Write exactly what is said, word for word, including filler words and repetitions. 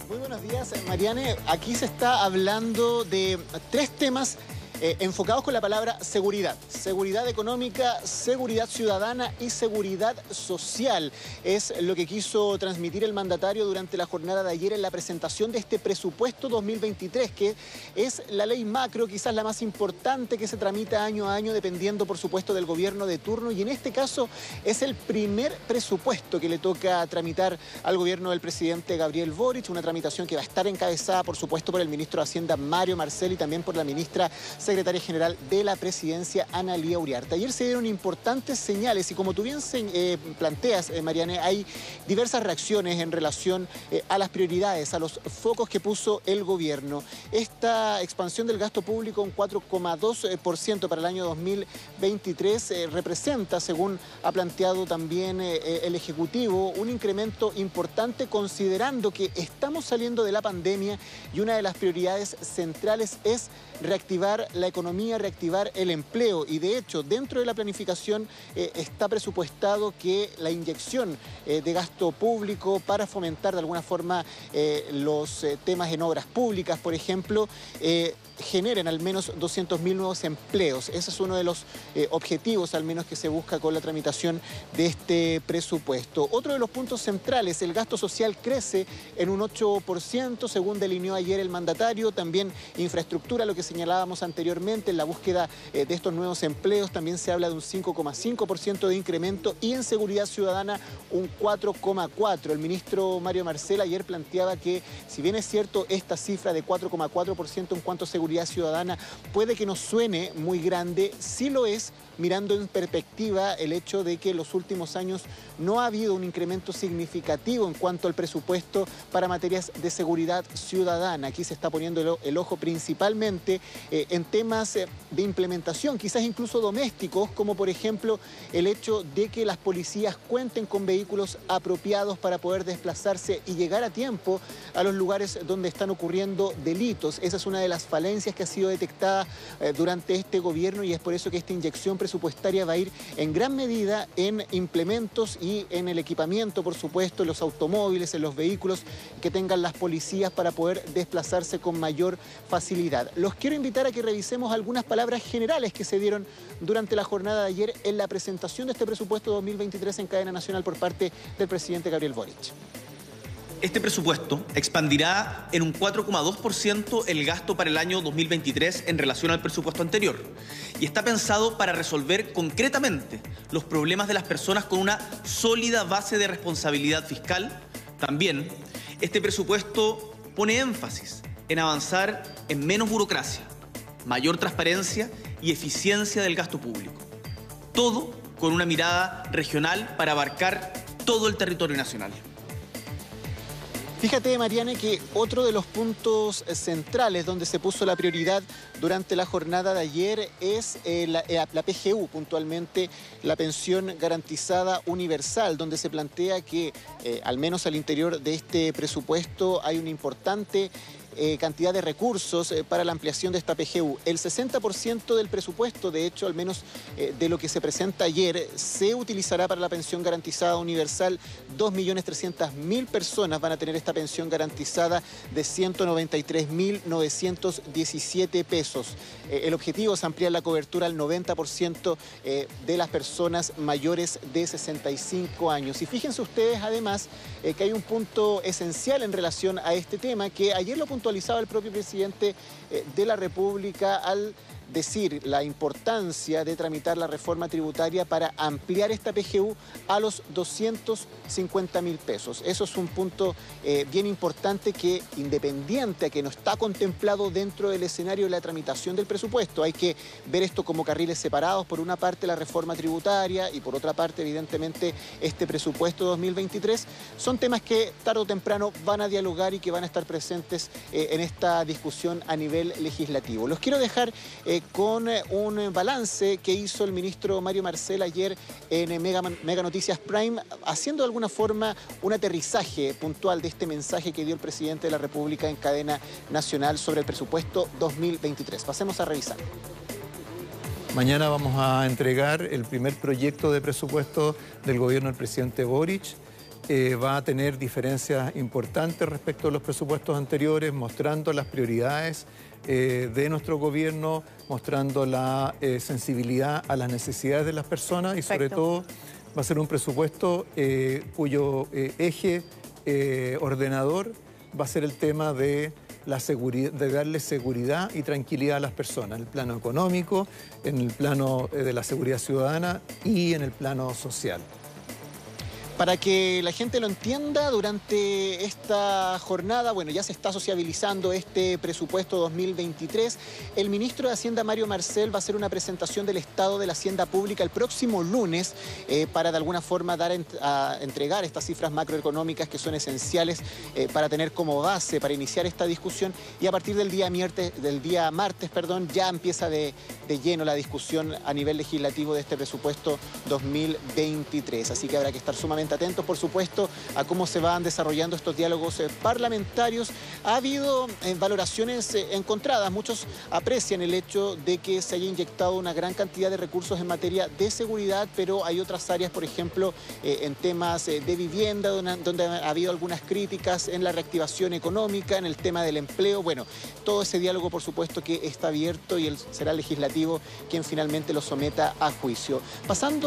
Muy buenos días, Mariane. Aquí se está hablando de tres temas eh, enfocados con la palabra seguridad. Seguridad económica, seguridad ciudadana y seguridad social. Es lo que quiso transmitir el mandatario durante la jornada de ayer en la presentación de este presupuesto dos mil veintitrés, que es la ley macro, quizás la más importante que se tramita año a año, dependiendo, por supuesto, del gobierno de turno. Y en este caso es el primer presupuesto que le toca tramitar al gobierno del presidente Gabriel Boric, una tramitación que va a estar encabezada, por supuesto, por el ministro de Hacienda, Mario Marcel, y también por la ministra secretaria general de la presidencia, Ana Lía Uriarte. Ayer se dieron importantes señales y, como tú bien eh, planteas, eh, Mariane, hay diversas reacciones en relación eh, a las prioridades, a los focos que puso el gobierno. Esta expansión del gasto público, un cuatro coma dos por ciento para el año dos mil veintitrés, eh, representa, según ha planteado también eh, el Ejecutivo, un incremento importante, considerando que estamos saliendo de la pandemia y una de las prioridades centrales es reactivar la economía, reactivar el empleo. Y de hecho, dentro de la planificación eh, está presupuestado que la inyección eh, de gasto público para fomentar de alguna forma eh, los eh, temas en obras públicas, por ejemplo, eh, generen al menos doscientos mil nuevos empleos. Ese es uno de los eh, objetivos, al menos, que se busca con la tramitación de este presupuesto. Otro de los puntos centrales, el gasto social crece en un ocho por ciento, según delineó ayer el mandatario. También infraestructura, lo que señalábamos anteriormente, en la búsqueda eh, de estos nuevos empleos, también se habla de un cinco coma cinco por ciento de incremento, y en seguridad ciudadana un cuatro coma cuatro por ciento. El ministro Mario Marcel ayer planteaba que, si bien es cierto, esta cifra de cuatro coma cuatro por ciento en cuanto a seguridad ciudadana puede que nos suene muy grande, sí lo es, mirando en perspectiva el hecho de que en los últimos años no ha habido un incremento significativo en cuanto al presupuesto para materias de seguridad ciudadana. Aquí se está poniendo el, el ojo principalmente eh, en temas eh, de implementación, quizás incluso domésticos, como por ejemplo el hecho de que las policías cuenten con vehículos apropiados para poder desplazarse y llegar a tiempo a los lugares donde están ocurriendo delitos. Esa es una de las falencias que ha sido detectada eh, durante este gobierno, y es por eso que esta inyección presupuestaria va a ir en gran medida en implementos y en el equipamiento, por supuesto, en los automóviles, en los vehículos que tengan las policías para poder desplazarse con mayor facilidad. Los quiero invitar a que revisemos algunas palabras generales que se dieron durante la jornada de ayer en la presentación de este presupuesto dos mil veintitrés en cadena nacional por parte del presidente Gabriel Boric. Este presupuesto expandirá en un cuatro coma dos por ciento el gasto para el año dos mil veintitrés en relación al presupuesto anterior, y está pensado para resolver concretamente los problemas de las personas con una sólida base de responsabilidad fiscal. También este presupuesto pone énfasis en avanzar en menos burocracia, mayor transparencia y eficiencia del gasto público. Todo con una mirada regional para abarcar todo el territorio nacional. Fíjate, Mariane, que otro de los puntos centrales donde se puso la prioridad durante la jornada de ayer es eh, la, eh, la P G U, puntualmente la pensión garantizada universal, donde se plantea que, eh, al menos al interior de este presupuesto, hay una importante Eh, cantidad de recursos eh, para la ampliación de esta P G U. El sesenta por ciento del presupuesto, de hecho, al menos eh, de lo que se presenta ayer, se utilizará para la pensión garantizada universal. dos millones trescientas mil personas van a tener esta pensión garantizada de ciento noventa y tres mil novecientos diecisiete pesos. Eh, el objetivo es ampliar la cobertura al noventa por ciento eh, de las personas mayores de sesenta y cinco años. Y fíjense ustedes, además, eh, que hay un punto esencial en relación a este tema, que ayer lo puntualizaba el propio presidente eh, de la República al decir la importancia de tramitar la reforma tributaria para ampliar esta P G U a los doscientos cincuenta mil pesos. Eso es un punto eh, bien importante, que, independiente a que no está contemplado dentro del escenario de la tramitación del presupuesto, hay que ver esto como carriles separados. Por una parte, la reforma tributaria, y por otra parte, evidentemente, este presupuesto dos mil veintitrés. Son temas que tarde o temprano van a dialogar y que van a estar presentes eh, en esta discusión a nivel legislativo. Los quiero dejar eh, con un balance que hizo el ministro Mario Marcel ayer en Mega, Mega Noticias Prime, haciendo de alguna forma un aterrizaje puntual de este mensaje que dio el presidente de la República en cadena nacional sobre el presupuesto dos mil veintitrés. Pasemos a revisar. Mañana vamos a entregar el primer proyecto de presupuesto del gobierno del presidente Boric. eh, va a tener diferencias importantes respecto a los presupuestos anteriores, mostrando las prioridades eh, de nuestro gobierno, mostrando la eh, sensibilidad a las necesidades de las personas y sobre Perfecto. todo va a ser un presupuesto eh, cuyo eh, eje eh, ordenador va a ser el tema de la seguridad, de darle seguridad y tranquilidad a las personas, en el plano económico, en el plano de la seguridad ciudadana y en el plano social. Para que la gente lo entienda, durante esta jornada, bueno, ya se está sociabilizando este presupuesto dos mil veintitrés. El ministro de Hacienda, Mario Marcel, va a hacer una presentación del estado de la hacienda pública el próximo lunes eh, para de alguna forma dar a entregar estas cifras macroeconómicas que son esenciales eh, para tener como base, para iniciar esta discusión. Y a partir del día, mierte, del día martes, perdón, ya empieza de, de lleno la discusión a nivel legislativo de este presupuesto dos mil veintitrés. Así que habrá que estar sumamente atentos, por supuesto, a cómo se van desarrollando estos diálogos eh, parlamentarios. Ha habido eh, valoraciones eh, encontradas. Muchos aprecian el hecho de que se haya inyectado una gran cantidad de recursos en materia de seguridad, pero hay otras áreas, por ejemplo, eh, en temas eh, de vivienda, donde, donde ha habido algunas críticas en la reactivación económica, en el tema del empleo. Bueno, todo ese diálogo, por supuesto, que está abierto y el, será el legislativo quien finalmente lo someta a juicio. Pasando